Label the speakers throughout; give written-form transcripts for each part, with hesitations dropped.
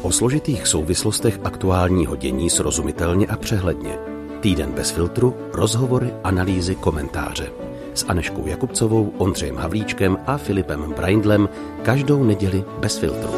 Speaker 1: O složitých souvislostech aktuálního dění srozumitelně a přehledně. Týden bez filtru, rozhovory, analýzy, komentáře. S Anežkou Jakubcovou, Ondřejem Havlíčkem a Filipem Braindlem každou neděli bez filtru.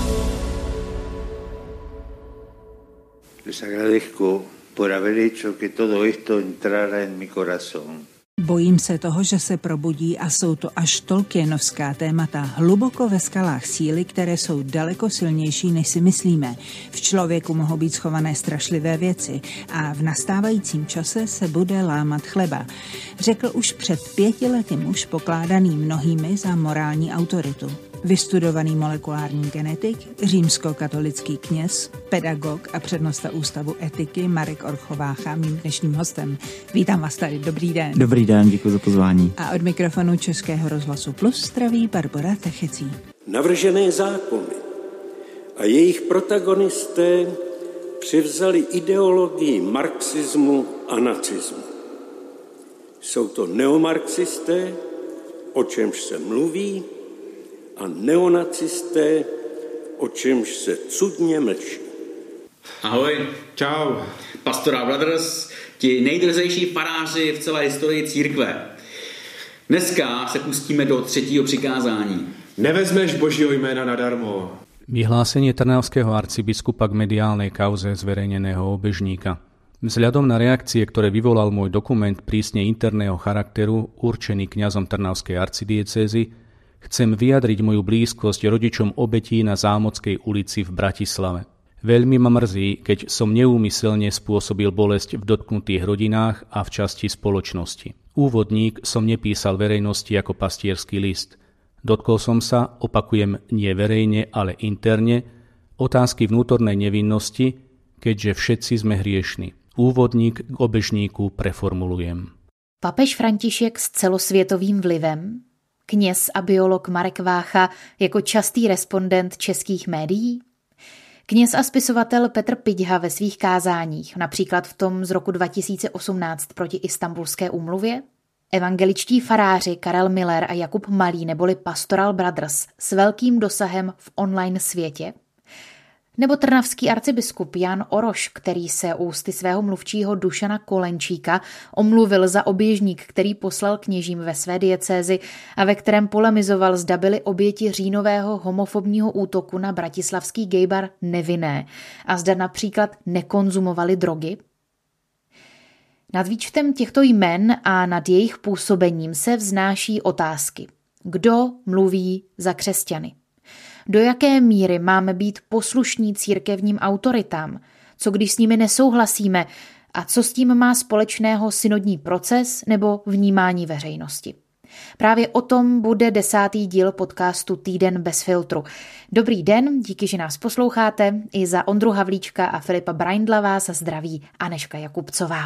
Speaker 2: Les agradezco por haber hecho que todo esto entrara en mi corazón.
Speaker 3: Bojím se toho, že se probudí a jsou to až tolkienovská témata hluboko ve skalách síly, které jsou daleko silnější, než si myslíme. V člověku mohou být schované strašlivé věci a v nastávajícím čase se bude lámat chleba. Řekl už před 5 lety muž pokládaný mnohými za morální autoritu. Vystudovaný molekulární genetik, římskokatolický kněz, pedagog a přednosta Ústavu etiky Marek Orchovácha, mým dnešním hostem. Vítám vás tady, dobrý den.
Speaker 4: Dobrý den, děkuji za pozvání.
Speaker 3: A od mikrofonu Českého rozhlasu Plus zdraví Barbora Techecí.
Speaker 5: Navržené zákony a jejich protagonisté převzali ideologii marxismu a nacismu. Jsou to neomarxisté, o čemž se mluví, a neonacisté, o čemž se cudně mlčí.
Speaker 6: Ahoj.
Speaker 7: Čau.
Speaker 6: Pastoral Brothers, ti nejdrzejší faráři v celé historii církve. Dneska se pustíme do 3. přikázání.
Speaker 7: Nevezmeš Božího jména nadarmo.
Speaker 8: Vyhlásenie trnavského arcibiskupa k mediálnej kauze zverejneného obežníka. Vzhľadom na reakcie, ktoré vyvolal môj dokument prísne interného charakteru, určený kňazom Trnavskej arcidiecézy, chcem vyjadriť moju blízkosť rodičom obetí na Zámockej ulici v Bratislave. Veľmi ma mrzí, keď som neúmyselne spôsobil bolesť v dotknutých rodinách a v časti spoločnosti. Úvodník som nepísal verejnosti ako pastierský list. Dotkol som sa, opakujem, nie verejne, ale interne, otázky vnútornej nevinnosti, keďže všetci sme hriešni. Úvodník k obežníku preformulujem.
Speaker 9: Papež František s celosvětovým vlivem? Kněz a biolog Marek Vácha jako častý respondent českých médií? Kněz a spisovatel Petr Piťha ve svých kázáních, například v tom z roku 2018 proti Istanbulské úmluvě? Evangeličtí faráři Karel Miller a Jakub Malý neboli Pastoral Brothers s velkým dosahem v online světě? Nebo trnavský arcibiskup Jan Oroš, který se ústy svého mluvčího Dušana Kolenčíka omluvil za oběžník, který poslal kněžím ve své diecézi a ve kterém polemizoval, zda byly oběti říjnového homofobního útoku na bratislavský gaybar nevinné a zda například nekonzumovali drogy? Nad výčtem těchto jmen a nad jejich působením se vznáší otázky. Kdo mluví za křesťany? Do jaké míry máme být poslušní církevním autoritám? Co když s nimi nesouhlasíme? A co s tím má společného synodní proces nebo vnímání veřejnosti? Právě o tom bude 10. díl podcastu Týden bez filtru. Dobrý den, díky, že nás posloucháte. I za Ondru Havlíčka a Filipa Braindla vás zdraví Anežka Jakubcová.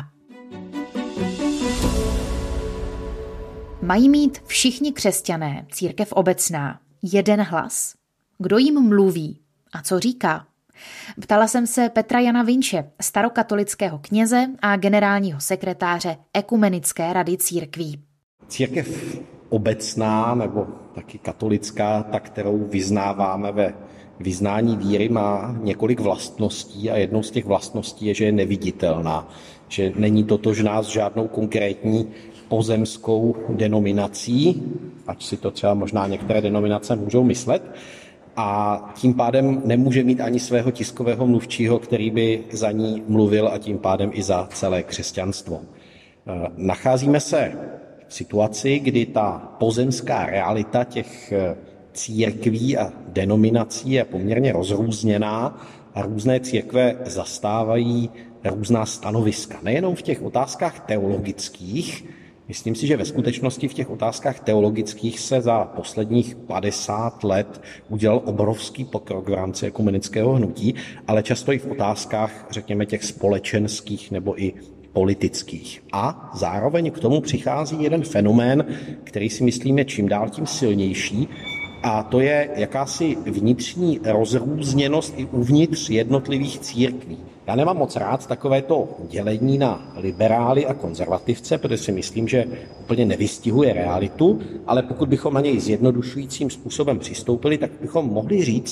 Speaker 9: Mají mít všichni křesťané, církev obecná, jeden hlas? Kdo jim mluví a co říká? Ptala jsem se Petra Jana Vinče, starokatolického kněze a generálního sekretáře Ekumenické rady církví.
Speaker 10: Církev obecná nebo taky katolická, ta, kterou vyznáváme ve vyznání víry, má několik vlastností a jednou z těch vlastností je, že je neviditelná, že není totožná s žádnou konkrétní pozemskou denominací, ať si to třeba možná některé denominace můžou myslet, a tím pádem nemůže mít ani svého tiskového mluvčího, který by za ní mluvil a tím pádem i za celé křesťanstvo. Nacházíme se v situaci, kdy ta pozemská realita těch církví a denominací je poměrně rozrůzněná a různé církve zastávají různá stanoviska. Nejenom v těch otázkách teologických. Myslím si, že ve skutečnosti v těch otázkách teologických se za posledních 50 let udělal obrovský pokrok v rámci ekumenického hnutí, ale často i v otázkách, řekněme, těch společenských nebo i politických. A zároveň k tomu přichází jeden fenomén, který si myslím je čím dál tím silnější, a to je jakási vnitřní rozrůzněnost i uvnitř jednotlivých církví. Já nemám moc rád takovéto dělení na liberály a konzervativce, protože si myslím, že úplně nevystihuje realitu, ale pokud bychom na něj zjednodušujícím způsobem přistoupili, tak bychom mohli říct,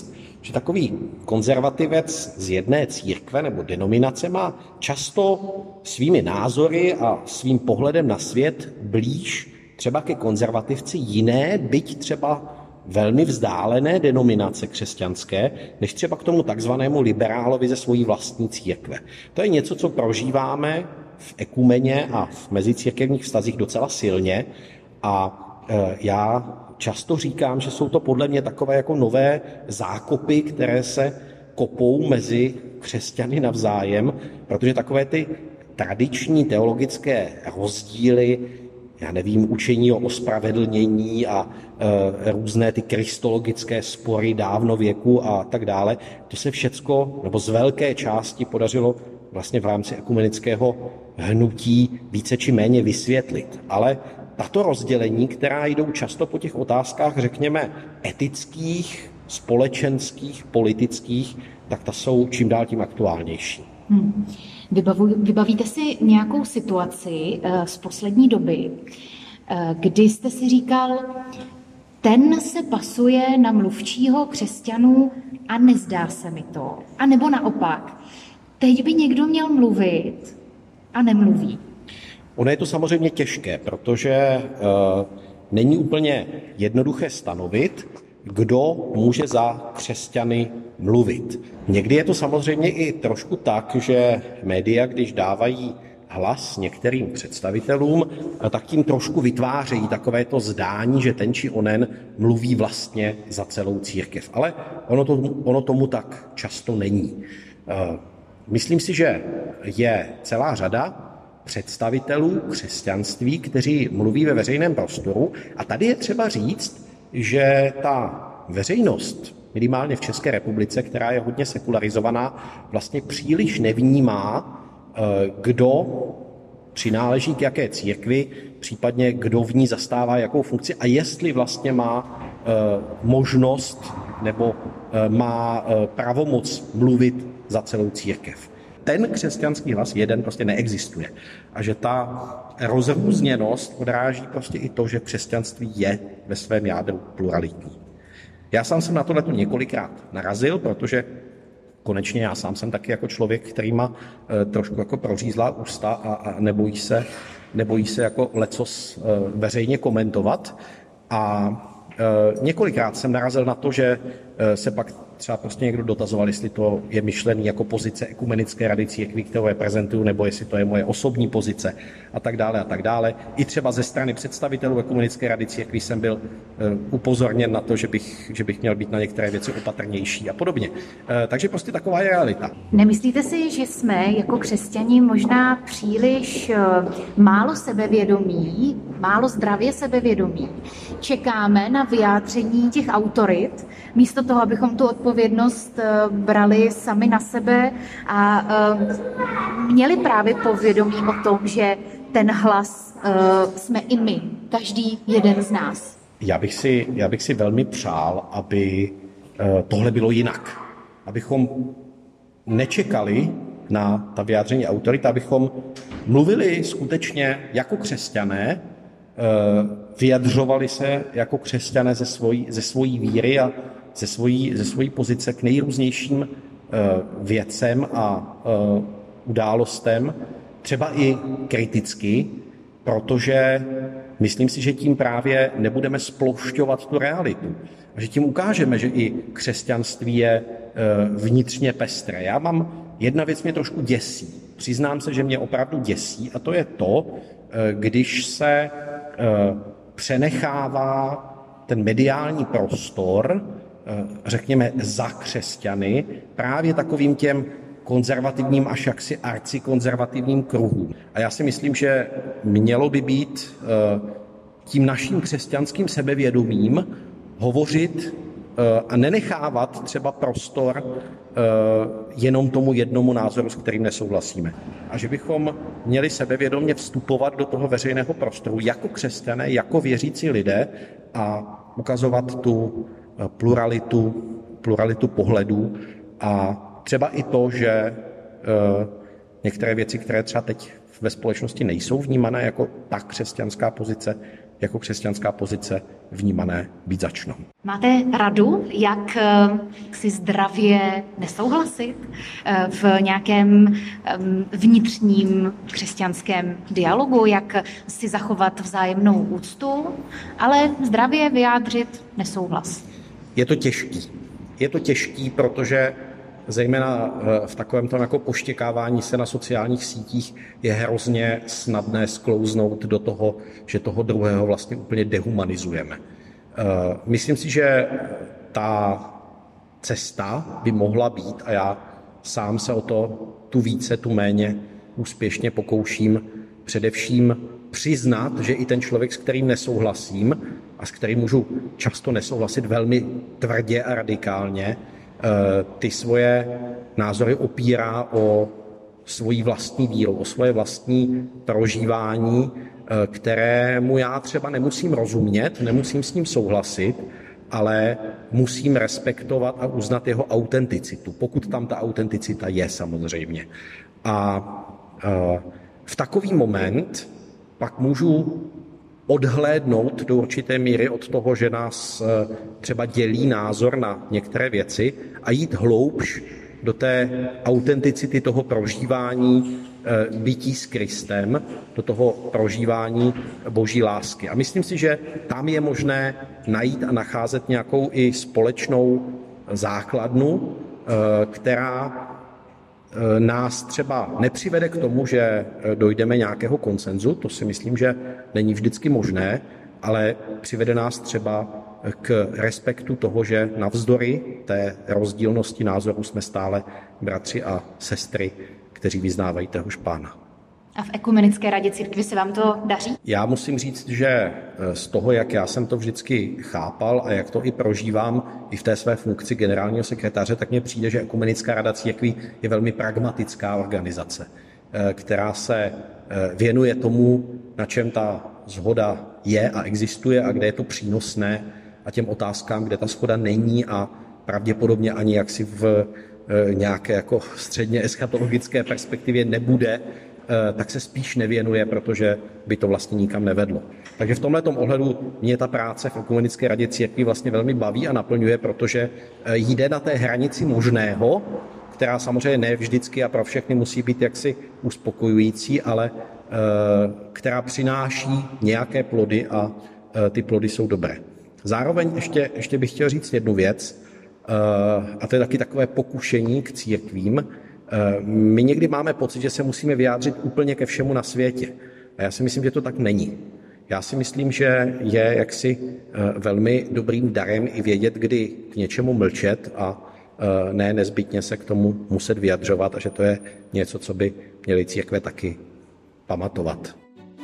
Speaker 10: že takový konzervativec z jedné církve nebo denominace má často svými názory a svým pohledem na svět blíž třeba ke konzervativci jiné, byť třeba velmi vzdálené denominace křesťanské, než třeba k tomu takzvanému liberálovi ze svojí vlastní církve. To je něco, co prožíváme v ekumeně a v mezicírkevních vztazích docela silně a já často říkám, že jsou to podle mě takové jako nové zákopy, které se kopou mezi křesťany navzájem, protože takové ty tradiční teologické rozdíly, já nevím, učení o ospravedlnění a různé ty kristologické spory dávno věku a tak dále, to se všecko, nebo z velké části podařilo vlastně v rámci ekumenického hnutí více či méně vysvětlit. Ale tato rozdělení, která jdou často po těch otázkách, řekněme, etických, společenských, politických, tak ta jsou čím dál tím aktuálnější.
Speaker 9: Vybavíte si nějakou situaci z poslední doby, kdy jste si říkal, ten se pasuje na mluvčího křesťanů a nezdá se mi to. A nebo naopak, teď by někdo měl mluvit a nemluví.
Speaker 10: Ono je to samozřejmě těžké, protože není úplně jednoduché stanovit, kdo může za křesťany mluvit. Někdy je to samozřejmě i trošku tak, že média, když dávají hlas některým představitelům, tak tím trošku vytvářejí takovéto zdání, že ten či onen mluví vlastně za celou církev. Ale ono tomu tak často není. Myslím si, že je celá řada představitelů křesťanství, kteří mluví ve veřejném prostoru. A tady je třeba říct, že ta veřejnost, minimálně v České republice, která je hodně sekularizovaná, vlastně příliš nevnímá, kdo přináleží k jaké církvi, případně kdo v ní zastává jakou funkci a jestli vlastně má možnost nebo má pravomoc mluvit za celou církev. Ten křesťanský hlas jeden prostě neexistuje. A že ta rozrůzněnost odráží prostě i to, že křesťanství je ve svém jádru pluralitní. Já sám jsem na tohleto několikrát narazil, protože konečně já sám jsem taky jako člověk, který má trošku jako prořízlá ústa a nebojí se jako lecos veřejně komentovat. A několikrát jsem narazil na to, že se pak třeba prostě někdo dotazoval, jestli to je myšlený jako pozice Ekumenické rady církví, kterou reprezentuju, nebo jestli to je moje osobní pozice a tak dále a tak dále. I třeba ze strany představitelů Ekumenické rady církví jsem byl upozorněn na to, že bych měl být na některé věci opatrnější a podobně. Takže prostě taková je realita.
Speaker 9: Nemyslíte si, že jsme jako křesťani možná příliš málo sebevědomí, málo zdravě sebevědomí? Čekáme na vyjádření těch autorit, místo toho, abychom tu odpovědnost brali sami na sebe a měli právě povědomí o tom, že ten hlas jsme i my, každý jeden z nás.
Speaker 10: Já bych si velmi přál, aby tohle bylo jinak. Abychom nečekali na ta vyjádření autorit, abychom mluvili skutečně jako křesťané, vyjadřovali se jako křesťané ze svojí víry a ze svojí pozice k nejrůznějším věcem a událostem, třeba i kriticky, protože myslím si, že tím právě nebudeme splošťovat tu realitu. A že tím ukážeme, že i křesťanství je vnitřně pestré. Jedna věc mě trošku děsí. Přiznám se, že mě opravdu děsí, a to je to, když se přenechává ten mediální prostor, řekněme, za křesťany, právě takovým těm konzervativním až jaksi arcikonzervativním kruhům. A já si myslím, že mělo by být tím naším křesťanským sebevědomím hovořit a nenechávat třeba prostor jenom tomu jednomu názoru, s kterým nesouhlasíme. A že bychom měli sebevědomě vstupovat do toho veřejného prostoru jako křesťané, jako věřící lidé a ukazovat tu pluralitu pohledů a třeba i to, že některé věci, které třeba teď ve společnosti nejsou vnímané jako ta křesťanská pozice, jako křesťanská pozice vnímané být začnou.
Speaker 9: Máte radu, jak si zdravě nesouhlasit v nějakém vnitřním křesťanském dialogu, jak si zachovat vzájemnou úctu, ale zdravě vyjádřit nesouhlas?
Speaker 10: Je to těžký, protože zejména v takovém tom jako poštěkávání se na sociálních sítích je hrozně snadné sklouznout do toho, že toho druhého vlastně úplně dehumanizujeme. Myslím si, že ta cesta by mohla být, a já sám se o to tu více, tu méně úspěšně pokouším, především přiznat, že i ten člověk, s kterým nesouhlasím a s kterým můžu často nesouhlasit velmi tvrdě a radikálně, ty svoje názory opírá o svoji vlastní víru, o svoje vlastní prožívání, kterému já třeba nemusím rozumět, nemusím s ním souhlasit, ale musím respektovat a uznat jeho autenticitu, pokud tam ta autenticita je samozřejmě. A v takový moment pak můžu odhlédnout do určité míry od toho, že nás třeba dělí názor na některé věci a jít hloubš do té autenticity toho prožívání bytí s Kristem, do toho prožívání Boží lásky. A myslím si, že tam je možné najít a nacházet nějakou i společnou základnu, která nás třeba nepřivede k tomu, že dojdeme nějakého konsenzu, to si myslím, že není vždycky možné, ale přivede nás třeba k respektu toho, že navzdory té rozdílnosti názorů jsme stále bratři a sestry, kteří vyznávají téhož Pána.
Speaker 9: A v Ekumenické radě církve se vám to daří?
Speaker 10: Já musím říct, že z toho, jak já jsem to vždycky chápal a jak to i prožívám i v té své funkci generálního sekretáře, tak mně přijde, že Ekumenická rada církví je velmi pragmatická organizace, která se věnuje tomu, na čem ta shoda je a existuje a kde je to přínosné, a těm otázkám, kde ta shoda není a pravděpodobně ani jaksi v nějaké jako středně eschatologické perspektivě nebude, tak se spíš nevěnuje, protože by to vlastně nikam nevedlo. Takže v tomhletom ohledu mě ta práce v Ekumenické radě církví vlastně velmi baví a naplňuje, protože jde na té hranici možného, která samozřejmě ne vždycky a pro všechny musí být jaksi uspokojující, ale která přináší nějaké plody a ty plody jsou dobré. Zároveň ještě bych chtěl říct jednu věc, a to je taky takové pokušení k církvím. My někdy máme pocit, že se musíme vyjádřit úplně ke všemu na světě. A já si myslím, že to tak není. Já si myslím, že je jaksi velmi dobrým darem i vědět, kdy k něčemu mlčet a ne nezbytně se k tomu muset vyjadřovat a že to je něco, co by měly církve taky pamatovat.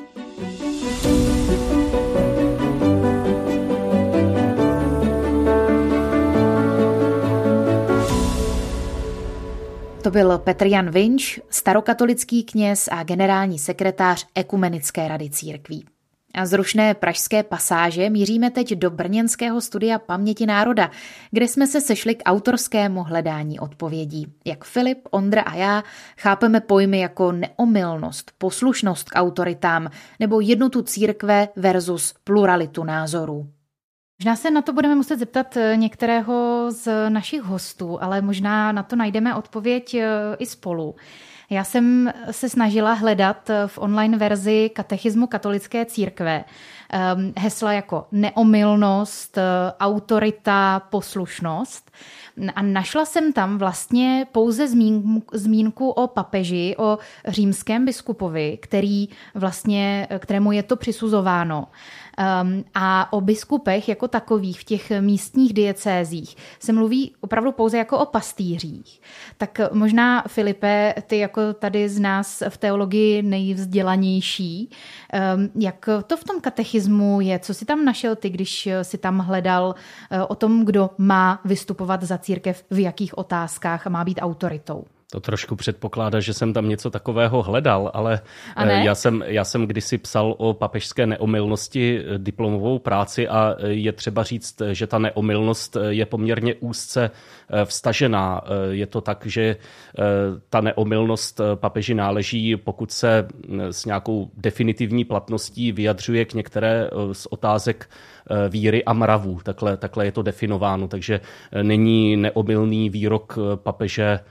Speaker 9: To byl Petr Jan Vinč, starokatolický kněz a generální sekretář Ekumenické rady církví. A z rušné pražské pasáže míříme teď do brněnského studia Paměti národa, kde jsme se sešli k autorskému hledání odpovědí. Jak Filip, Ondra a já chápeme pojmy jako neomylnost, poslušnost k autoritám nebo jednotu církve versus pluralitu názorů. Možná se na to budeme muset zeptat některého z našich hostů, ale možná na to najdeme odpověď i spolu. Já jsem se snažila hledat v online verzi katechismu katolické církve hesla jako neomylnost, autorita, poslušnost. A našla jsem tam vlastně pouze zmínku o papeži, o římském biskupovi, kterému je to přisuzováno. A o biskupech jako takových v těch místních diecézích se mluví opravdu pouze jako o pastýřích. Tak možná, Filipe, ty jako tady z nás v teologii nejvzdělanější, jak to v tom katechismu je? Co jsi tam našel ty, když jsi tam hledal o tom, kdo má vystupovat za církev v jakých otázkách a má být autoritou?
Speaker 4: To trošku předpokládá, že jsem tam něco takového hledal, ale já jsem kdysi psal o papežské neomylnosti diplomovou práci a je třeba říct, že ta neomylnost je poměrně úzce vztažená. Je to tak, že ta neomylnost papeži náleží, pokud se s nějakou definitivní platností vyjadřuje k některé z otázek víry a mravů. Takhle je to definováno, takže není neomylný výrok papeže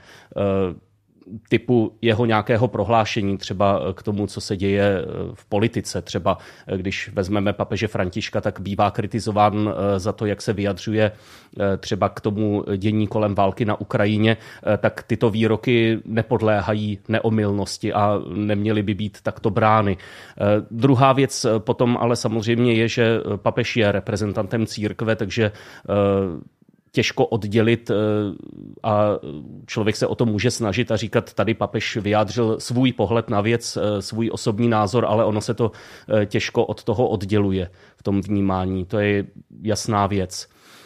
Speaker 4: typu jeho nějakého prohlášení třeba k tomu, co se děje v politice. Třeba když vezmeme papeže Františka, tak bývá kritizován za to, jak se vyjadřuje třeba k tomu dění kolem války na Ukrajině, tak tyto výroky nepodléhají neomylnosti a neměly by být takto brány. Druhá věc potom ale samozřejmě je, že papež je reprezentantem církve, takže těžko oddělit a člověk se o to může snažit a říkat, tady papež vyjádřil svůj pohled na věc, svůj osobní názor, ale ono se to těžko od toho odděluje v tom vnímání. To je jasná věc.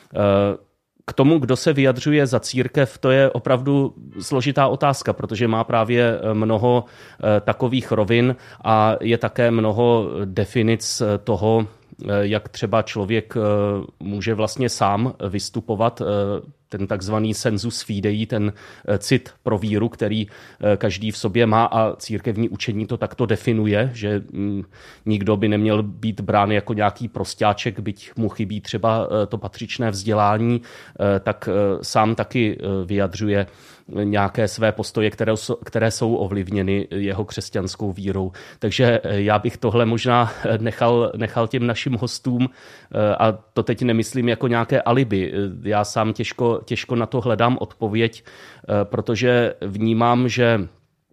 Speaker 4: K tomu, kdo se vyjadřuje za církev, to je opravdu složitá otázka, protože má právě mnoho takových rovin a je také mnoho definic toho, jak třeba člověk může vlastně sám vystupovat, ten takzvaný sensus fidei, ten cit pro víru, který každý v sobě má a církevní učení to takto definuje, že nikdo by neměl být brán jako nějaký prostáček, byť mu chybí třeba to patřičné vzdělání, tak sám taky vyjadřuje nějaké své postoje, které jsou ovlivněny jeho křesťanskou vírou. Takže já bych tohle možná nechal těm našim hostům a to teď nemyslím jako nějaké alibi. Já sám těžko na to hledám odpověď, protože vnímám, že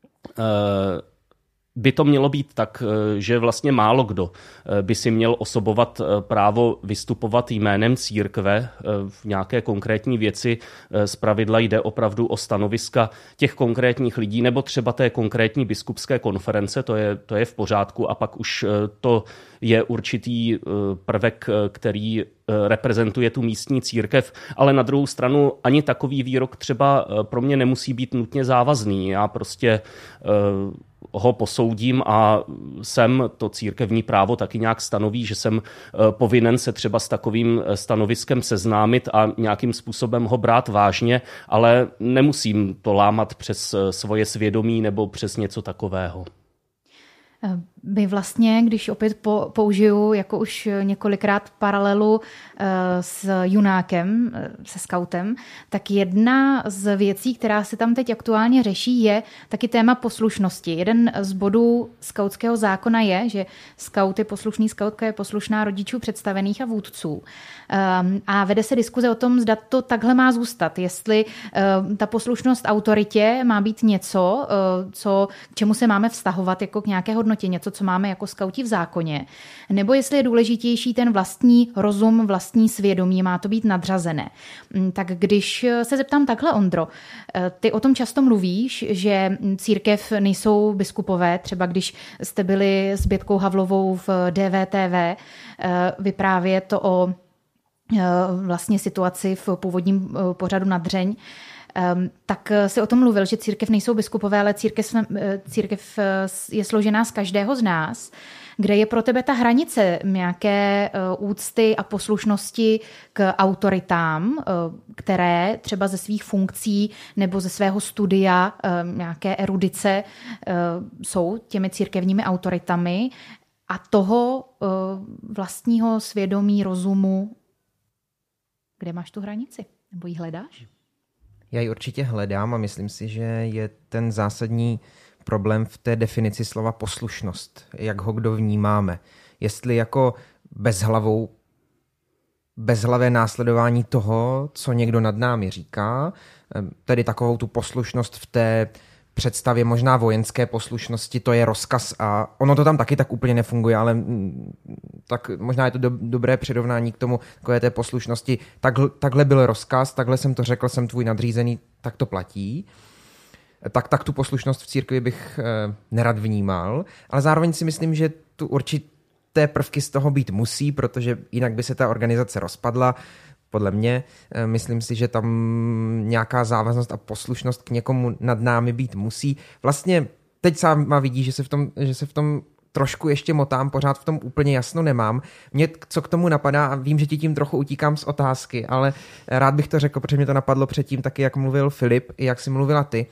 Speaker 4: by to mělo být tak, že vlastně málo kdo by si měl osobovat právo vystupovat jménem církve v nějaké konkrétní věci. Zpravidla jde opravdu o stanoviska těch konkrétních lidí nebo třeba té konkrétní biskupské konference, to je v pořádku a pak už to je určitý prvek, který reprezentuje tu místní církev, ale na druhou stranu ani takový výrok třeba pro mě nemusí být nutně závazný. Já prostě ho posoudím a to církevní právo taky nějak stanoví, že jsem povinen se třeba s takovým stanoviskem seznámit a nějakým způsobem ho brát vážně, ale nemusím to lámat přes svoje svědomí nebo přes něco takového.
Speaker 9: My vlastně, když opět použiju jako už několikrát paralelu s Junákem, se skautem, tak jedna z věcí, která se tam teď aktuálně řeší, je taky téma poslušnosti. Jeden z bodů skautského zákona je, že skaut je poslušný, skautka je poslušná rodičů představených a vůdců. A vede se diskuze o tom, zda to takhle má zůstat. Jestli ta poslušnost autoritě má být něco, k čemu se máme vztahovat jako k nějaké hodnotě, něco, co máme jako skauti v zákoně, nebo jestli je důležitější ten vlastní rozum, vlastní svědomí, má to být nadřazené. Tak když se zeptám takhle, Ondro, ty o tom často mluvíš, že církev nejsou biskupové, třeba když jste byli s Bětkou Havlovou v DVTV vyprávět o vlastně situaci v původním pořadu Na dřeň, tak si o tom mluvil, že církev nejsou biskupové, ale církev je složená z každého z nás. Kde je pro tebe ta hranice nějaké úcty a poslušnosti k autoritám, které třeba ze svých funkcí nebo ze svého studia, nějaké erudice jsou těmi církevními autoritami a toho vlastního svědomí, rozumu, kde máš tu hranici? Nebo ji hledáš?
Speaker 11: Já ji určitě hledám a myslím si, že je ten zásadní problém v té definici slova poslušnost, jak ho kdo vnímáme. Jestli jako bezhlavé následování toho, co někdo nad námi říká, tedy takovou tu poslušnost v té představě možná vojenské poslušnosti, to je rozkaz a ono to tam taky tak úplně nefunguje, ale tak možná je to dobré přirovnání k tomu, takové té poslušnosti. Takhle byl rozkaz, takhle jsem to řekl, jsem tvůj nadřízený, tak to platí. Tak tu poslušnost v církvi bych nerad vnímal, ale zároveň si myslím, že tu určité prvky z toho být musí, protože jinak by se ta organizace rozpadla. podle mě. Myslím si, že tam nějaká závaznost a poslušnost k někomu nad námi být musí. Vlastně teď sám vidí, že se v tom trošku ještě motám, pořád v tom úplně jasno nemám. Mě co k tomu napadá, a vím, že ti tím trochu utíkám z otázky, ale rád bych to řekl, protože mě to napadlo předtím taky, jak mluvil Filip, i jak jsi mluvila ty.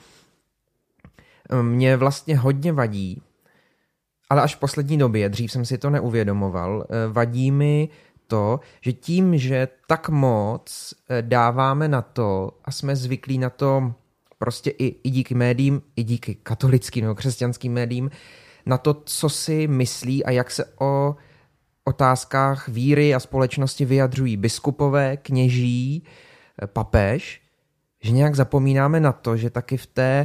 Speaker 11: Mě vlastně hodně vadí, ale až v poslední době, dřív jsem si to neuvědomoval, vadí mi to, že tím, že tak moc dáváme na to a jsme zvyklí na to prostě i díky médiím, i díky katolickým nebo křesťanským médiím, na to, co si myslí a jak se o otázkách víry a společnosti vyjadřují biskupové, kněží, papež, že nějak zapomínáme na to, že taky v té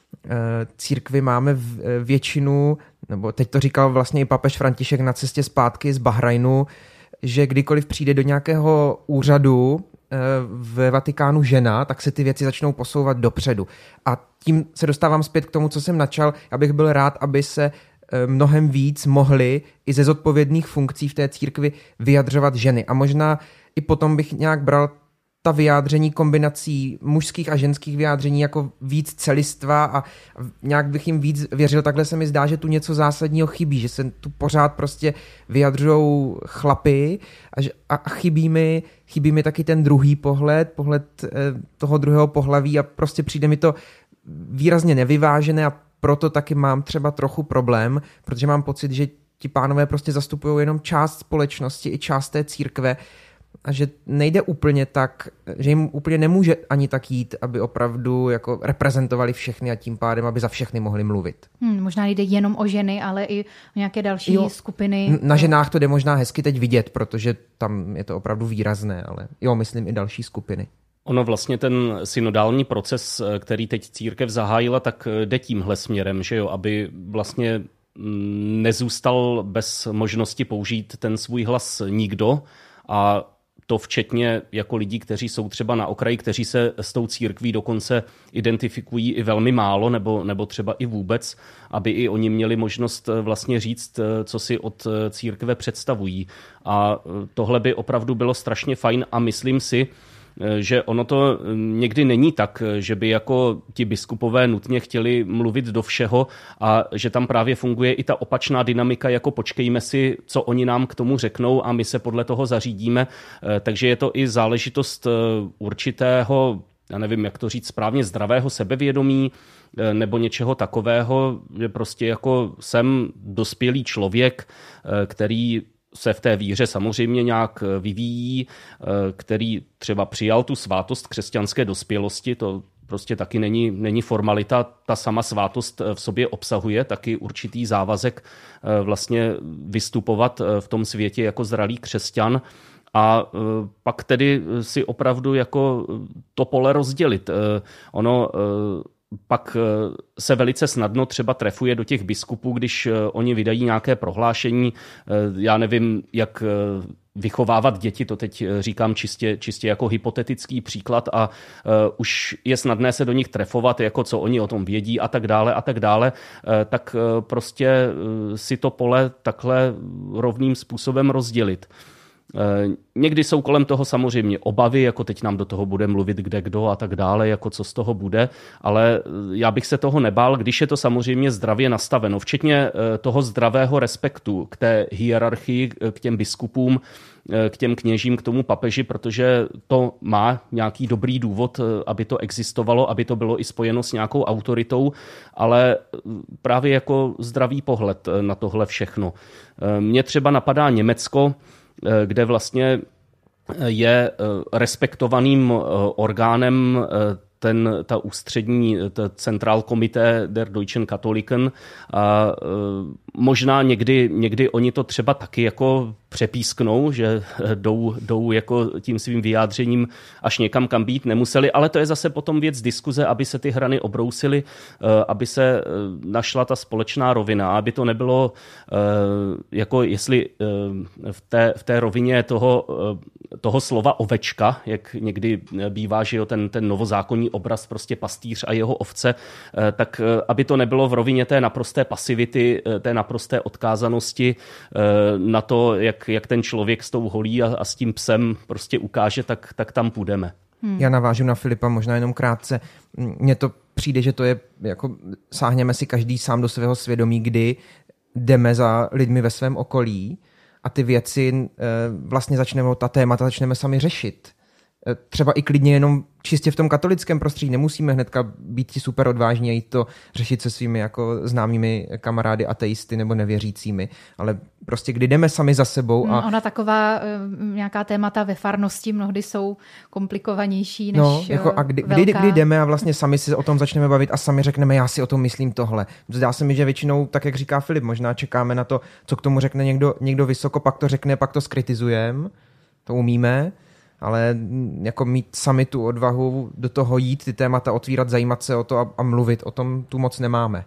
Speaker 11: církvi máme většinu, nebo teď to říkal vlastně i papež František na cestě zpátky z Bahrajnu, že kdykoliv přijde do nějakého úřadu ve Vatikánu žena, tak se ty věci začnou posouvat dopředu. A tím se dostávám zpět k tomu, co jsem načal. Já bych byl rád, aby se mnohem víc mohly i ze zodpovědných funkcí v té církvi vyjadřovat ženy. A možná i potom bych nějak bral ta vyjádření kombinací mužských a ženských vyjádření jako víc celistva a nějak bych jim víc věřil. Takhle se mi zdá, že tu něco zásadního chybí, že se tu pořád prostě vyjadřujou chlapy a chybí mi taky ten druhý pohled toho druhého pohlaví a prostě přijde mi to výrazně nevyvážené a proto taky mám třeba trochu problém, protože mám pocit, že ti pánové prostě zastupují jenom část společnosti i část té církve a že nejde úplně tak, že jim úplně nemůže ani tak jít, aby opravdu jako reprezentovali všechny a tím pádem, aby za všechny mohli mluvit.
Speaker 9: Možná nejde jenom o ženy, ale i o nějaké další skupiny.
Speaker 11: Na ženách to jde možná hezky teď vidět, protože tam je to opravdu výrazné, ale myslím i další skupiny.
Speaker 4: Ono vlastně ten synodální proces, který teď církev zahájila, tak jde tímhle směrem, že jo, aby vlastně nezůstal bez možnosti použít ten svůj hlas nikdo a to včetně jako lidí, kteří jsou třeba na okraji, kteří se s tou církví dokonce identifikují i velmi málo nebo třeba i vůbec, aby i oni měli možnost vlastně říct, co si od církve představují. A tohle by opravdu bylo strašně fajn a myslím si, že ono to někdy není tak, že by jako ti biskupové nutně chtěli mluvit do všeho a že tam právě funguje i ta opačná dynamika, jako počkejme si, co oni nám k tomu řeknou a my se podle toho zařídíme. Takže je to i záležitost určitého, já nevím, jak to říct správně, zdravého sebevědomí nebo něčeho takového, že prostě jako jsem dospělý člověk, který se v té víře samozřejmě nějak vyvíjí, který třeba přijal tu svátost křesťanské dospělosti, to prostě taky není formalita, ta sama svátost v sobě obsahuje taky určitý závazek vlastně vystupovat v tom světě jako zralý křesťan a pak tedy si opravdu jako to pole rozdělit. Ono pak se velice snadno třeba trefuje do těch biskupů, když oni vydají nějaké prohlášení, já nevím, jak vychovávat děti, to teď říkám čistě jako hypotetický příklad a už je snadné se do nich trefovat, jako co oni o tom vědí a tak dále, tak prostě si to pole takhle rovným způsobem rozdělit. Někdy jsou kolem toho samozřejmě obavy, jako teď nám do toho bude mluvit kde kdo a tak dále, jako co z toho bude, ale já bych se toho nebál, když je to samozřejmě zdravě nastaveno, včetně toho zdravého respektu k té hierarchii, k těm biskupům, k těm kněžím, k tomu papeži, protože to má nějaký dobrý důvod, aby to existovalo, aby to bylo i spojeno s nějakou autoritou, ale právě jako zdravý pohled na tohle všechno. Mně třeba napadá Německo, kde vlastně je respektovaným orgánem ta ústřední Zentralkomitee der Deutschen Katholiken. A možná někdy oni to třeba taky jako přepísknou, že jdou jako tím svým vyjádřením až někam, kam být nemuseli, ale to je zase potom věc diskuze, aby se ty hrany obrousily, aby se našla ta společná rovina, aby to nebylo jako jestli v té rovině toho slova ovečka, jak někdy bývá, že jo, ten novozákonní ideální obraz, prostě pastýř a jeho ovce, tak aby to nebylo v rovině té naprosté pasivity, té naprosté odkázanosti na to, jak ten člověk s tou holí a s tím psem prostě ukáže, tak tam půjdeme.
Speaker 11: Já navážu na Filipa možná jenom krátce. Mně to přijde, že to je jako sáhněme si každý sám do svého svědomí, kdy jdeme za lidmi ve svém okolí a ty věci vlastně ta témata začneme sami řešit. Třeba i klidně jenom čistě v tom katolickém prostředí. Nemusíme hnedka být ti super odvážní a jít to řešit se svými jako známými kamarády ateisty nebo nevěřícími, ale prostě kdy jdeme sami za sebou.
Speaker 9: Ona taková nějaká témata ve farnosti mnohdy jsou komplikovanější než
Speaker 11: a kdy jdeme a vlastně sami si o tom začneme bavit a sami řekneme, já si o tom myslím tohle. Zdá se mi, že většinou, tak jak říká Filip, možná čekáme na to, co k tomu řekne někdo vysoko, pak to řekne, pak to skritizujeme, to umíme. Ale jako mít sami tu odvahu do toho jít, ty témata otvírat, zajímat se o to a mluvit o tom, tu moc nemáme.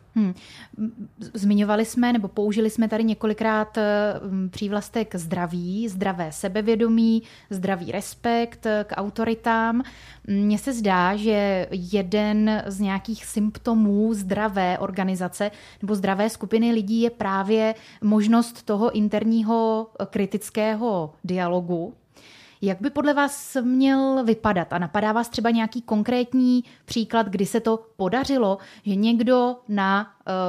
Speaker 9: Zmiňovali jsme, nebo použili jsme tady několikrát přívlastek zdraví, zdravé sebevědomí, zdravý respekt k autoritám. Mně se zdá, že jeden z nějakých symptomů zdravé organizace nebo zdravé skupiny lidí je právě možnost toho interního kritického dialogu. Jak by podle vás měl vypadat? A napadá vás třeba nějaký konkrétní příklad, kdy se to podařilo, že někdo na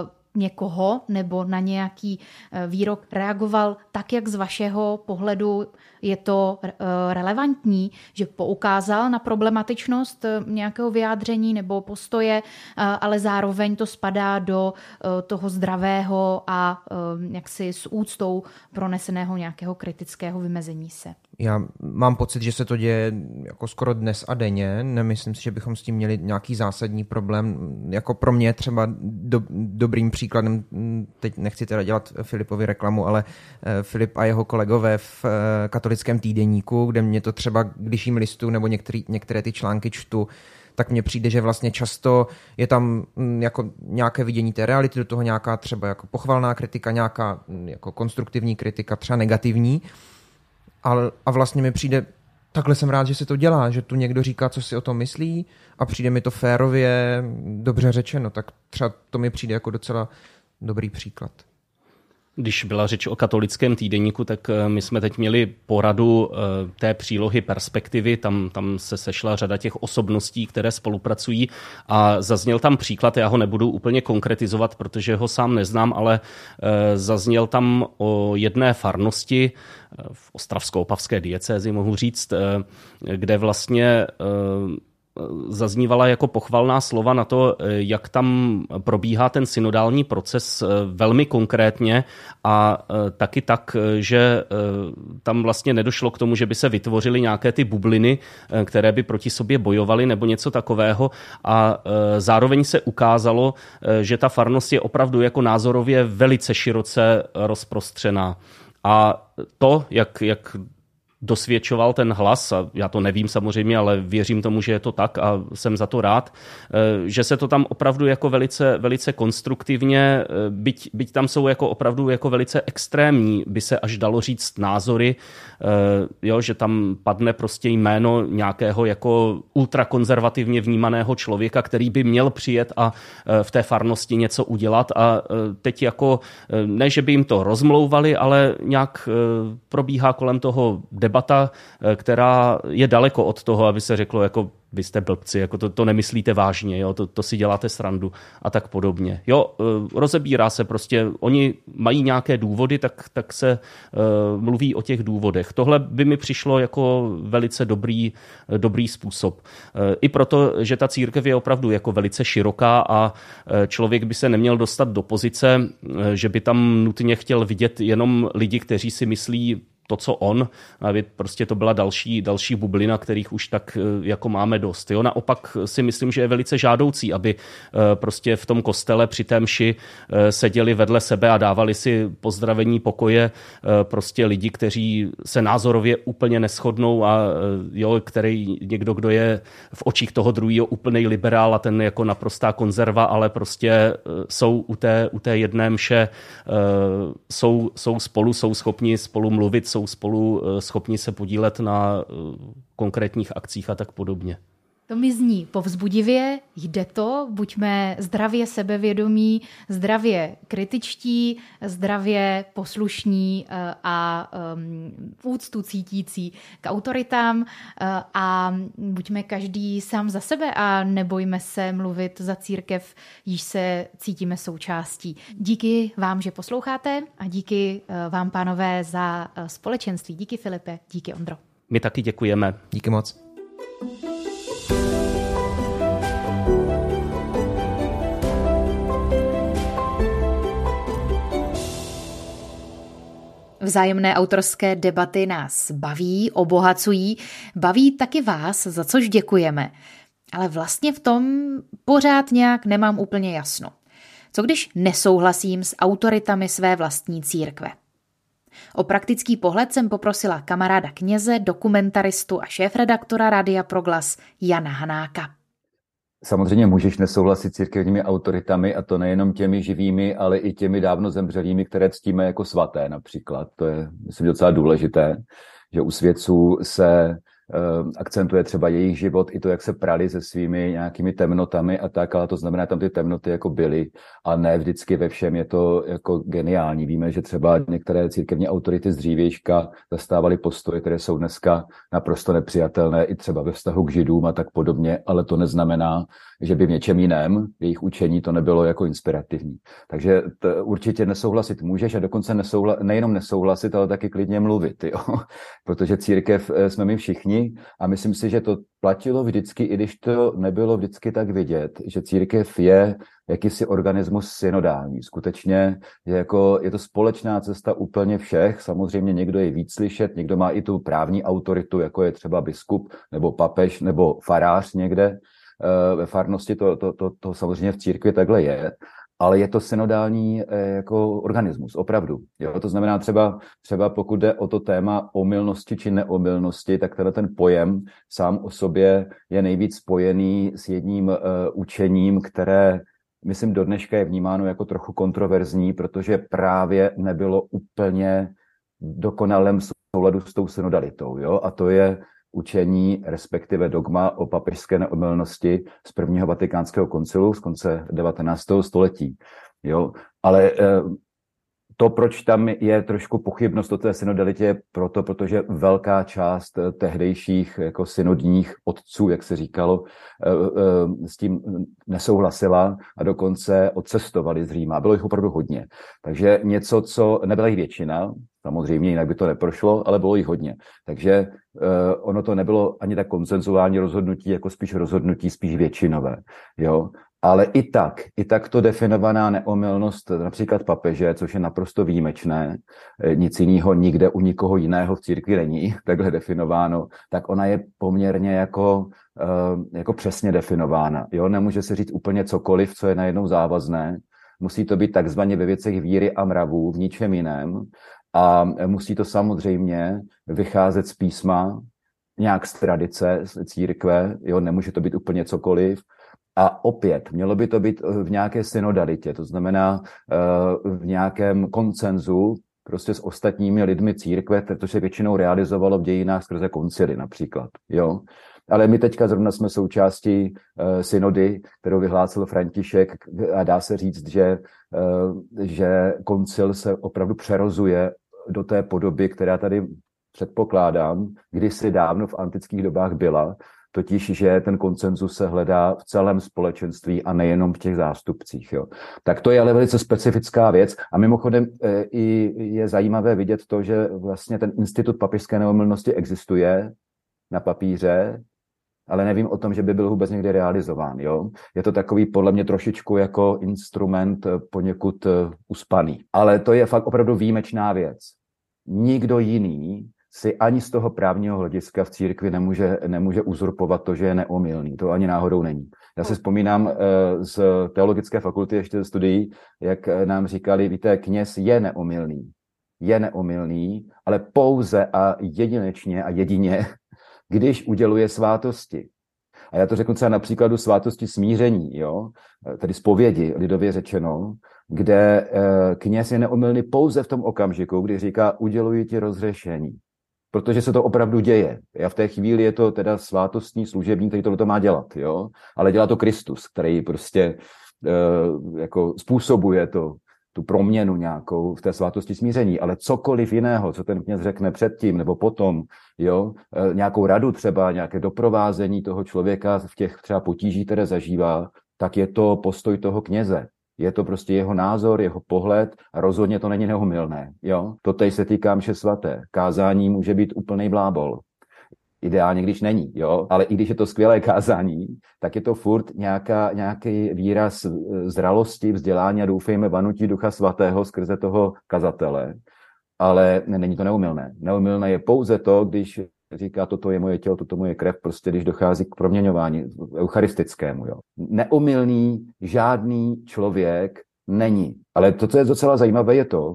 Speaker 9: někoho nebo na nějaký výrok reagoval tak, jak z vašeho pohledu je to relevantní, že poukázal na problematičnost nějakého vyjádření nebo postoje, ale zároveň to spadá do toho zdravého a jaksi s úctou proneseného nějakého kritického vymezení se.
Speaker 11: Já mám pocit, že se to děje jako skoro dnes a denně. Nemyslím si, že bychom s tím měli nějaký zásadní problém. Jako pro mě třeba dobrým příkladem, teď nechci teda dělat Filipovi reklamu, ale Filip a jeho kolegové v Katolickém týdeníku, kde mě to třeba, když jim listu nebo některé ty články čtu, tak mně přijde, že vlastně často je tam jako nějaké vidění té reality, do toho nějaká třeba jako pochvalná kritika, nějaká jako konstruktivní kritika, třeba negativní. A vlastně mi přijde, takhle jsem rád, že se to dělá, že tu někdo říká, co si o tom myslí a přijde mi to férově, dobře řečeno, tak třeba to mi přijde jako docela dobrý příklad.
Speaker 4: Když byla řeč o Katolickém týdeníku, tak my jsme teď měli poradu té přílohy Perspektivy, tam se sešla řada těch osobností, které spolupracují a zazněl tam příklad, já ho nebudu úplně konkretizovat, protože ho sám neznám, ale zazněl tam o jedné farnosti v ostravsko-opavské diecézi, mohu říct, kde vlastně zaznívala jako pochvalná slova na to, jak tam probíhá ten synodální proces velmi konkrétně a taky tak, že tam vlastně nedošlo k tomu, že by se vytvořily nějaké ty bubliny, které by proti sobě bojovaly nebo něco takového a zároveň se ukázalo, že ta farnost je opravdu jako názorově velice široce rozprostřená. A to, jak dosvědčoval ten hlas, a já to nevím samozřejmě, ale věřím tomu, že je to tak a jsem za to rád, že se to tam opravdu jako velice, velice konstruktivně, byť tam jsou jako opravdu jako velice extrémní, by se až dalo říct názory, že tam padne prostě jméno nějakého jako ultrakonzervativně vnímaného člověka, který by měl přijet a v té farnosti něco udělat a teď jako ne, že by jim to rozmlouvali, ale nějak probíhá kolem toho debata, která je daleko od toho, aby se řeklo, jako vy jste blbci, jako to nemyslíte vážně, jo? To si děláte srandu a tak podobně. Jo, rozebírá se prostě, oni mají nějaké důvody, tak se mluví o těch důvodech. Tohle by mi přišlo jako velice dobrý způsob. I proto, že ta církev je opravdu jako velice široká a člověk by se neměl dostat do pozice, že by tam nutně chtěl vidět jenom lidi, kteří si myslí to, co on, aby prostě to byla další bublina, kterých už tak jako máme dost. Jo? Naopak si myslím, že je velice žádoucí, aby prostě v tom kostele při té mši seděli vedle sebe a dávali si pozdravení pokoje prostě lidi, kteří se názorově úplně neshodnou a který někdo, kdo je v očích toho druhého úplnej liberál a ten jako naprostá konzerva, ale prostě jsou u té jedné mše, jsou spolu, jsou schopni spolu mluvit, jsou spolu schopni se podílet na konkrétních akcích a tak podobně.
Speaker 9: To mi zní povzbudivě, jde to, buďme zdravě sebevědomí, zdravě kritičtí, zdravě poslušní a úctu cítící k autoritám a buďme každý sám za sebe a nebojme se mluvit za církev, jíž se cítíme součástí. Díky vám, že posloucháte a díky vám, pánové, za společenství. Díky Filipe, díky Ondro.
Speaker 4: My taky děkujeme.
Speaker 11: Díky moc.
Speaker 9: Vzájemné autorské debaty nás baví, obohacují, baví taky vás, za což děkujeme. Ale vlastně v tom pořád nějak nemám úplně jasno. Co když nesouhlasím s autoritami své vlastní církve? O praktický pohled jsem poprosila kamaráda kněze, dokumentaristu a šéfredaktora Rádia Proglas Jana Hanáka.
Speaker 12: Samozřejmě můžeš nesouhlasit s církevními autoritami, a to nejenom těmi živými, ale i těmi dávno zemřelými, které ctíme jako svaté například. To je, myslím, docela důležité, že u svědců se akcentuje třeba jejich život i to, jak se prali se svými nějakými temnotami a tak, ale to znamená, tam ty temnoty jako byly a ne vždycky ve všem je to jako geniální. Víme, že třeba některé církevní autority z dřívějška zastávaly postoje, které jsou dneska naprosto nepřijatelné i třeba ve vztahu k Židům a tak podobně, ale to neznamená, že by v něčem jiném jejich učení to nebylo jako inspirativní. Takže určitě nesouhlasit můžeš a dokonce nejenom nesouhlasit, ale taky klidně mluvit, jo? Protože církev jsme my všichni a myslím si, že to platilo vždycky, i když to nebylo vždycky tak vidět, že církev je jakýsi organismus synodální. Skutečně je to společná cesta úplně všech. Samozřejmě někdo je víc slyšet, někdo má i tu právní autoritu, jako je třeba biskup nebo papež nebo farář někde ve farnosti. To samozřejmě v církvi takhle je. Ale je to synodální jako organismus, opravdu. Jo? To znamená třeba pokud jde o to téma omylnosti či neomylnosti, tak ten pojem sám o sobě je nejvíc spojený s jedním učením, které, myslím, do dneška je vnímáno jako trochu kontroverzní, protože právě nebylo úplně dokonalém souladu s tou synodalitou. Jo? A to je učení, respektive dogma o papežské neomylnosti z prvního vatikánského koncilu z konce 19. století. Jo? Ale to, proč tam je trošku pochybnost o té synodalitě, je protože velká část tehdejších jako synodních otců, jak se říkalo, s tím nesouhlasila a dokonce odcestovali z Říma. Bylo jich opravdu hodně. Takže něco, co nebyla jich většina, samozřejmě jinak by to neprošlo, ale bylo jich hodně. Takže ono to nebylo ani tak konsenzuální rozhodnutí, jako spíš rozhodnutí spíš většinové. Jo? Ale i tak to definovaná neomylnost například papeže, což je naprosto výjimečné, nic jiného nikde u nikoho jiného v církvi není takhle definováno, tak ona je poměrně jako přesně definována. Jo? Nemůže se říct úplně cokoliv, co je najednou závazné. Musí to být takzvaně ve věcech víry a mravů, v ničem jiném. A musí to samozřejmě vycházet z písma, nějak z tradice, z církve, jo? Nemůže to být úplně cokoliv. A opět, mělo by to být v nějaké synodalitě, to znamená v nějakém konsenzu prostě s ostatními lidmi církve, to se většinou realizovalo v dějinách skrze koncily například. Jo? Ale my teďka zrovna jsme součástí synody, kterou vyhlásil František a dá se říct, že koncil se opravdu přerozuje do té podoby, která tady předpokládám, kdysi dávno v antických dobách byla, totiž, že ten konsenzus se hledá v celém společenství a nejenom v těch zástupcích. Jo. Tak to je ale velice specifická věc a mimochodem i je zajímavé vidět to, že vlastně ten institut papežské neomylnosti existuje na papíře, ale nevím o tom, že by byl vůbec někdy realizován. Jo. Je to takový podle mě trošičku jako instrument poněkud uspaný. Ale to je fakt opravdu výjimečná věc. Nikdo jiný si ani z toho právního hlediska v církvi nemůže uzurpovat to, že je neomylný. To ani náhodou není. Já si vzpomínám z teologické fakulty ještě ze studií, jak nám říkali, víte, kněz je neomylný, ale pouze a jedinečně a jedině, když uděluje svátosti. A já to řeknu třeba na příkladu svátosti smíření, jo? Tedy zpovědi, lidově řečeno, kde kněz je neomylný pouze v tom okamžiku, kdy říká, uděluji ti rozhřešení. protože se to opravdu děje. A v té chvíli je to teda svátostní služebník, který tohle má dělat, jo? Ale dělá to Kristus, který prostě jako způsobuje tu proměnu nějakou v té svátosti smíření, ale cokoliv jiného, co ten kněz řekne předtím nebo potom, jo, nějakou radu třeba, nějaké doprovázení toho člověka v těch třeba potíží, které zažívá, tak je to postoj toho kněze. Je to prostě jeho názor, jeho pohled a rozhodně to není neomylné. Jo? Totež se týká mše svaté. Kázání může být úplný blábol. Ideálně, když není, jo? Ale i když je to skvělé kázání, tak je to furt nějaký výraz zralosti, vzdělání a doufejme vanutí Ducha Svatého skrze toho kazatele. Ale není to neomylné. Neomylné je pouze to, když říká, toto je moje tělo, toto moje krev, prostě když dochází k proměňování eucharistickému. Jo. Neomylný žádný člověk není. Ale to, co je docela zajímavé, je to,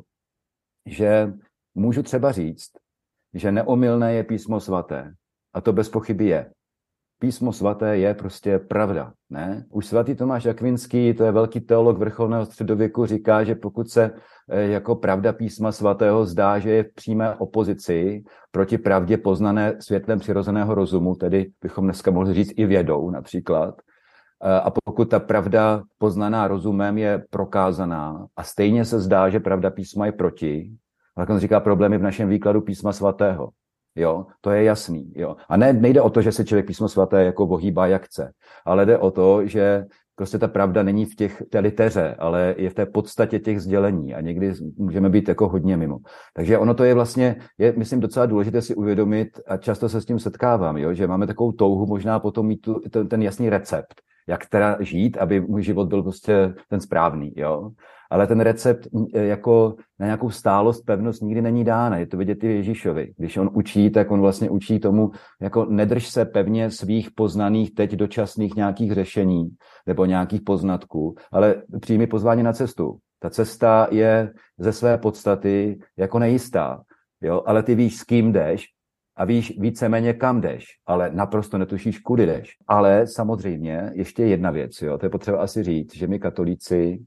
Speaker 12: že můžu třeba říct, že neomylné je písmo svaté. A to bez pochyby je. Písmo svaté je prostě pravda. Ne? Už svatý Tomáš Akvinský, to je velký teolog vrcholného středověku, říká, že pokud se jako pravda písma svatého zdá, že je v přímé opozici proti pravdě poznané světlem přirozeného rozumu, tedy bychom dneska mohli říct i vědou například, a pokud ta pravda poznaná rozumem je prokázaná a stejně se zdá, že pravda písma je proti, tak on říká problémy v našem výkladu písma svatého. Jo, to je jasný. Jo. A nejde o to, že se člověk písmo svaté jako ohýbá jak chce, ale jde o to, že prostě ta pravda není v té liteře, ale je v té podstatě těch sdělení a někdy můžeme být jako hodně mimo. Takže ono to je vlastně, myslím, docela důležité si uvědomit a často se s tím setkávám, jo, že máme takovou touhu možná potom mít ten jasný recept, jak teda žít, aby můj život byl prostě ten správný, jo. Ale ten recept jako na nějakou stálost, pevnost nikdy není dána. Je to vidět i Ježíšovi. Když on učí, tak on vlastně učí tomu, jako nedrž se pevně svých poznaných teď dočasných nějakých řešení nebo nějakých poznatků, ale přijmi pozvání na cestu. Ta cesta je ze své podstaty jako nejistá, jo? Ale ty víš, s kým jdeš a víš víceméně kam jdeš, ale naprosto netušíš, kudy jdeš. Ale samozřejmě ještě jedna věc, jo? To je potřeba asi říct, že my katolíci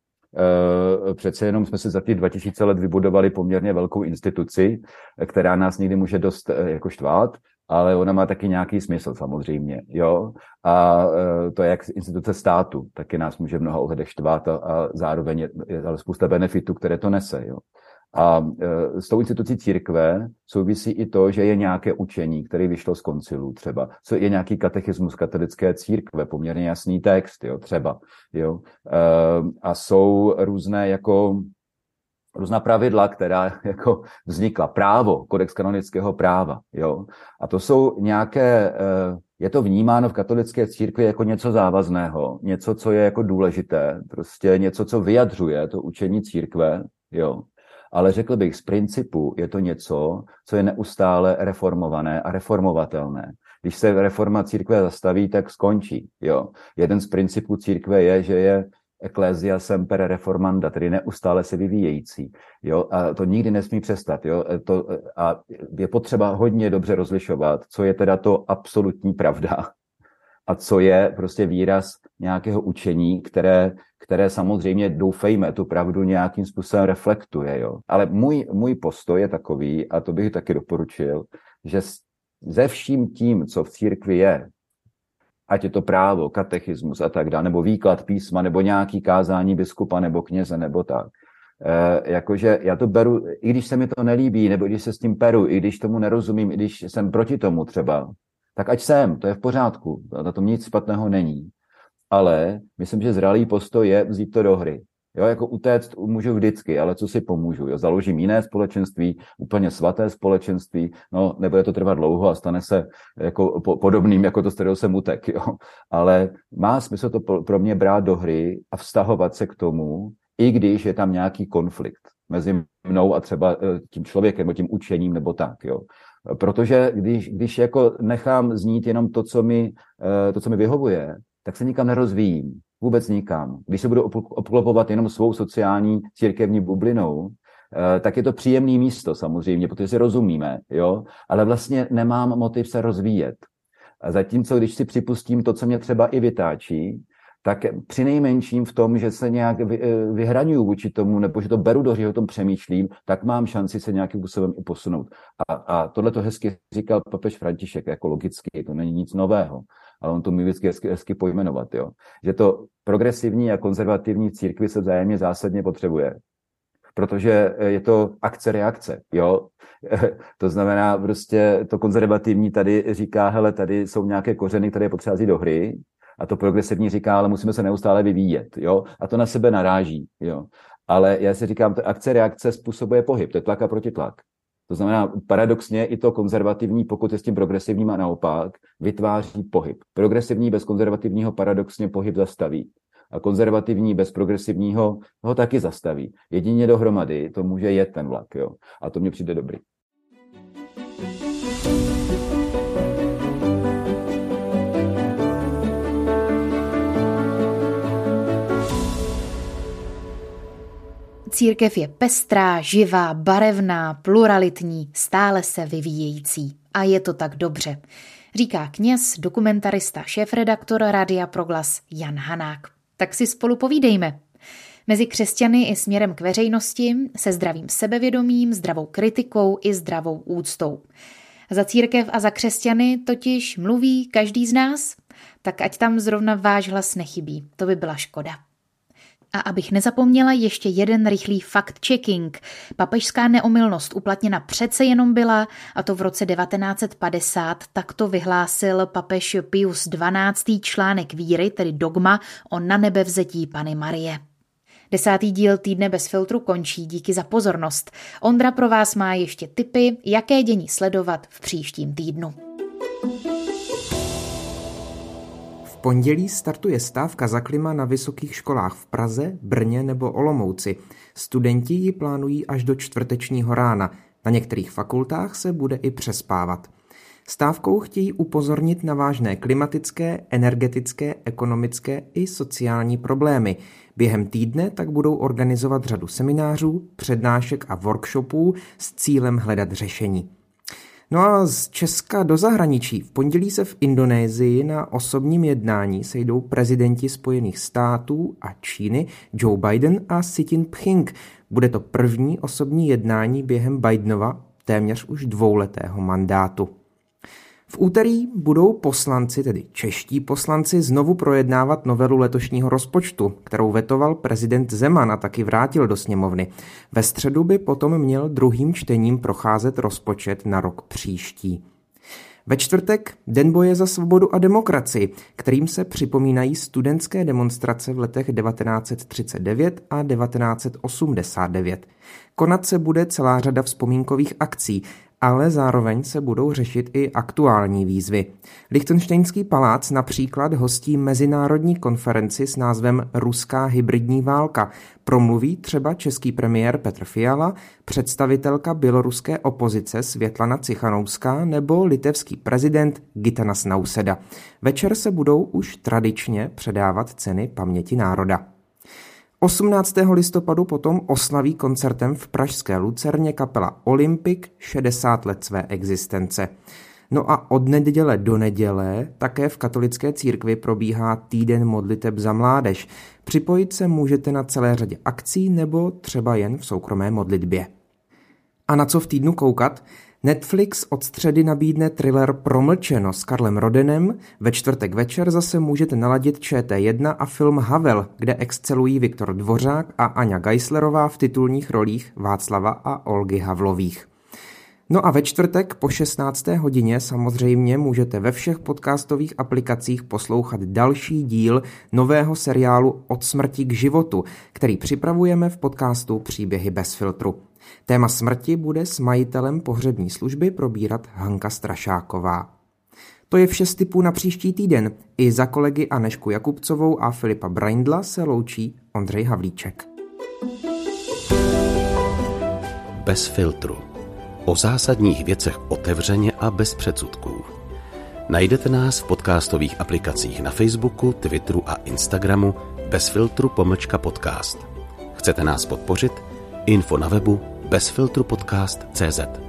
Speaker 12: přece jenom jsme si za těch 2000 let vybudovali poměrně velkou instituci, která nás někdy může dost jako štvát, ale ona má taky nějaký smysl samozřejmě, jo. A to je jak instituce státu, taky nás může v mnoha ohledech štvát a zároveň je ale spousta benefitů, které to nese, jo. A s tou institucí církve souvisí i to, že je nějaké učení, které vyšlo z koncilů třeba. Co je nějaký katechismus katolické církve, poměrně jasný text, jo, třeba. Jo. A jsou různá pravidla, která jako vznikla. Právo, kodex kanonického práva. Jo. A to jsou nějaké, je to vnímáno v katolické církvi jako něco závazného, něco, co je jako důležité, prostě něco, co vyjadřuje to učení církve, jo. Ale řekl bych, z principu je to něco, co je neustále reformované a reformovatelné. Když se reforma církve zastaví, tak skončí. Jo. Jeden z principů církve je, že je ecclesia semper reformanda, tedy neustále se vyvíjející. Jo. A to nikdy nesmí přestat. Jo. A je potřeba hodně dobře rozlišovat, co je teda to absolutní pravda a co je prostě výraz nějakého učení, které samozřejmě doufejme tu pravdu nějakým způsobem reflektuje. Jo. Ale můj postoj je takový, a to bych taky doporučil, že ze vším tím, co v církvi je, ať je to právo, katechismus a tak dále, nebo výklad písma, nebo nějaký kázání biskupa nebo kněze, nebo tak, jakože já to beru, i když se mi to nelíbí, nebo když se s tím peru, i když tomu nerozumím, i když jsem proti tomu třeba, tak ať jsem, to je v pořádku, na tom nic špatného není. Ale myslím, že zralý postoj je vzít to do hry. Jo, jako utéct můžu vždycky, ale co si pomůžu? Jo, založím jiné společenství, úplně svaté společenství, no, nebude to trvat dlouho a stane se jako podobným, jako to, z kterého jsem utek, jo. Ale má smysl to pro mě brát do hry a vztahovat se k tomu, i když je tam nějaký konflikt mezi mnou a třeba tím člověkem, nebo tím učením, nebo tak, jo. Protože když jako nechám znít jenom to, co mi vyhovuje, tak se nikam nerozvíjím. Vůbec nikam. Když se budu obklopovat jenom svou sociální církevní bublinou, tak je to příjemné místo samozřejmě, protože si rozumíme, jo? Ale vlastně nemám motiv se rozvíjet. A zatímco, když si připustím to, co mě třeba i vytáčí, tak přinejmenším v tom, že se nějak vyhraňuju vůči tomu, nebo že to beru do hry, o tom přemýšlím, tak mám šanci se nějakým způsobem i posunout. A tohle to hezky říkal papež František, jako logicky, to není nic nového, ale on to umí vždycky hezky pojmenovat, jo. Že to progresivní a konzervativní církvi se vzájemně zásadně potřebuje. Protože je to akce-reakce, jo. To znamená prostě to konzervativní tady říká, hele, tady jsou nějaké kořeny, které je potřeba vzít do hry, a to progresivní říká, ale musíme se neustále vyvíjet, jo. A to na sebe naráží, jo. Ale já si říkám, to akce-reakce způsobuje pohyb, to je tlak a protitlak. To znamená, paradoxně i to konzervativní, pokud je s tím progresivním a naopak, vytváří pohyb. Progresivní bez konzervativního paradoxně pohyb zastaví. A konzervativní bez progresivního ho taky zastaví. Jedině dohromady to může jet ten vlak, jo. A to mně přijde dobrý.
Speaker 9: Církev je pestrá, živá, barevná, pluralitní, stále se vyvíjející. A je to tak dobře, říká kněz, dokumentarista, šéfredaktor Rádia Proglas Jan Hanák. Tak si spolu povídejme. Mezi křesťany i směrem k veřejnosti, se zdravým sebevědomím, zdravou kritikou i zdravou úctou. Za církev a za křesťany totiž mluví každý z nás, tak ať tam zrovna váš hlas nechybí, to by byla škoda. A abych nezapomněla, ještě jeden rychlý fact-checking. Papežská neomylnost uplatněna přece jenom byla, a to v roce 1950, tak to vyhlásil papež Pius XII. Článek víry, tedy dogma o nanebevzetí Panny Marie. 10. díl Týdne bez filtru končí, díky za pozornost. Ondra pro vás má ještě tipy, jaké dění sledovat v příštím týdnu.
Speaker 11: V pondělí startuje stávka za klima na vysokých školách v Praze, Brně nebo Olomouci. Studenti ji plánují až do čtvrtečního rána. Na některých fakultách se bude i přespávat. Stávkou chtějí upozornit na vážné klimatické, energetické, ekonomické i sociální problémy. Během týdne tak budou organizovat řadu seminářů, přednášek a workshopů s cílem hledat řešení. No a z Česka do zahraničí. V pondělí se v Indonésii na osobním jednání sejdou prezidenti Spojených států a Číny Joe Biden a Xi Jinping. Bude to první osobní jednání během Bidenova téměř už dvouletého mandátu. V úterý budou poslanci, tedy čeští poslanci, znovu projednávat novelu letošního rozpočtu, kterou vetoval prezident Zeman a taky vrátil do sněmovny. Ve středu by potom měl druhým čtením procházet rozpočet na rok příští. Ve čtvrtek Den boje za svobodu a demokracii, kterým se připomínají studentské demonstrace v letech 1939 a 1989. Konat se bude celá řada vzpomínkových akcí, ale zároveň se budou řešit i aktuální výzvy. Lichtenštejnský palác například hostí mezinárodní konferenci s názvem Ruská hybridní válka. Promluví třeba český premiér Petr Fiala, představitelka běloruské opozice Světlana Cichanouská nebo litevský prezident Gitanas Nauseda. Večer se budou už tradičně předávat ceny paměti národa. 18. listopadu potom oslaví koncertem v pražské Lucerně kapela Olympic 60 let své existence. No a od neděle do neděle také v katolické církvi probíhá týden modliteb za mládež. Připojit se můžete na celé řadě akcí nebo třeba jen v soukromé modlitbě. A na co v týdnu koukat? Netflix od středy nabídne thriller Promlčeno s Karlem Rodenem, ve čtvrtek večer zase můžete naladit ČT1 a film Havel, kde excelují Viktor Dvořák a Aňa Geislerová v titulních rolích Václava a Olgy Havlových. No a ve čtvrtek po 16. hodině samozřejmě můžete ve všech podcastových aplikacích poslouchat další díl nového seriálu Od smrti k životu, který připravujeme v podcastu Příběhy bez filtru. Téma smrti bude s majitelem pohřební služby probírat Hanka Strašáková. To je vše z tipů na příští týden. I za kolegy Anežku Jakubcovou a Filipa Braindla se loučí Ondřej Havlíček.
Speaker 1: Bez filtru. O zásadních věcech otevřeně a bez předsudků. Najdete nás v podcastových aplikacích na Facebooku, Twitteru a Instagramu bez filtru _podcast. Chcete nás podpořit? Info na webu bezfiltrupodcast.cz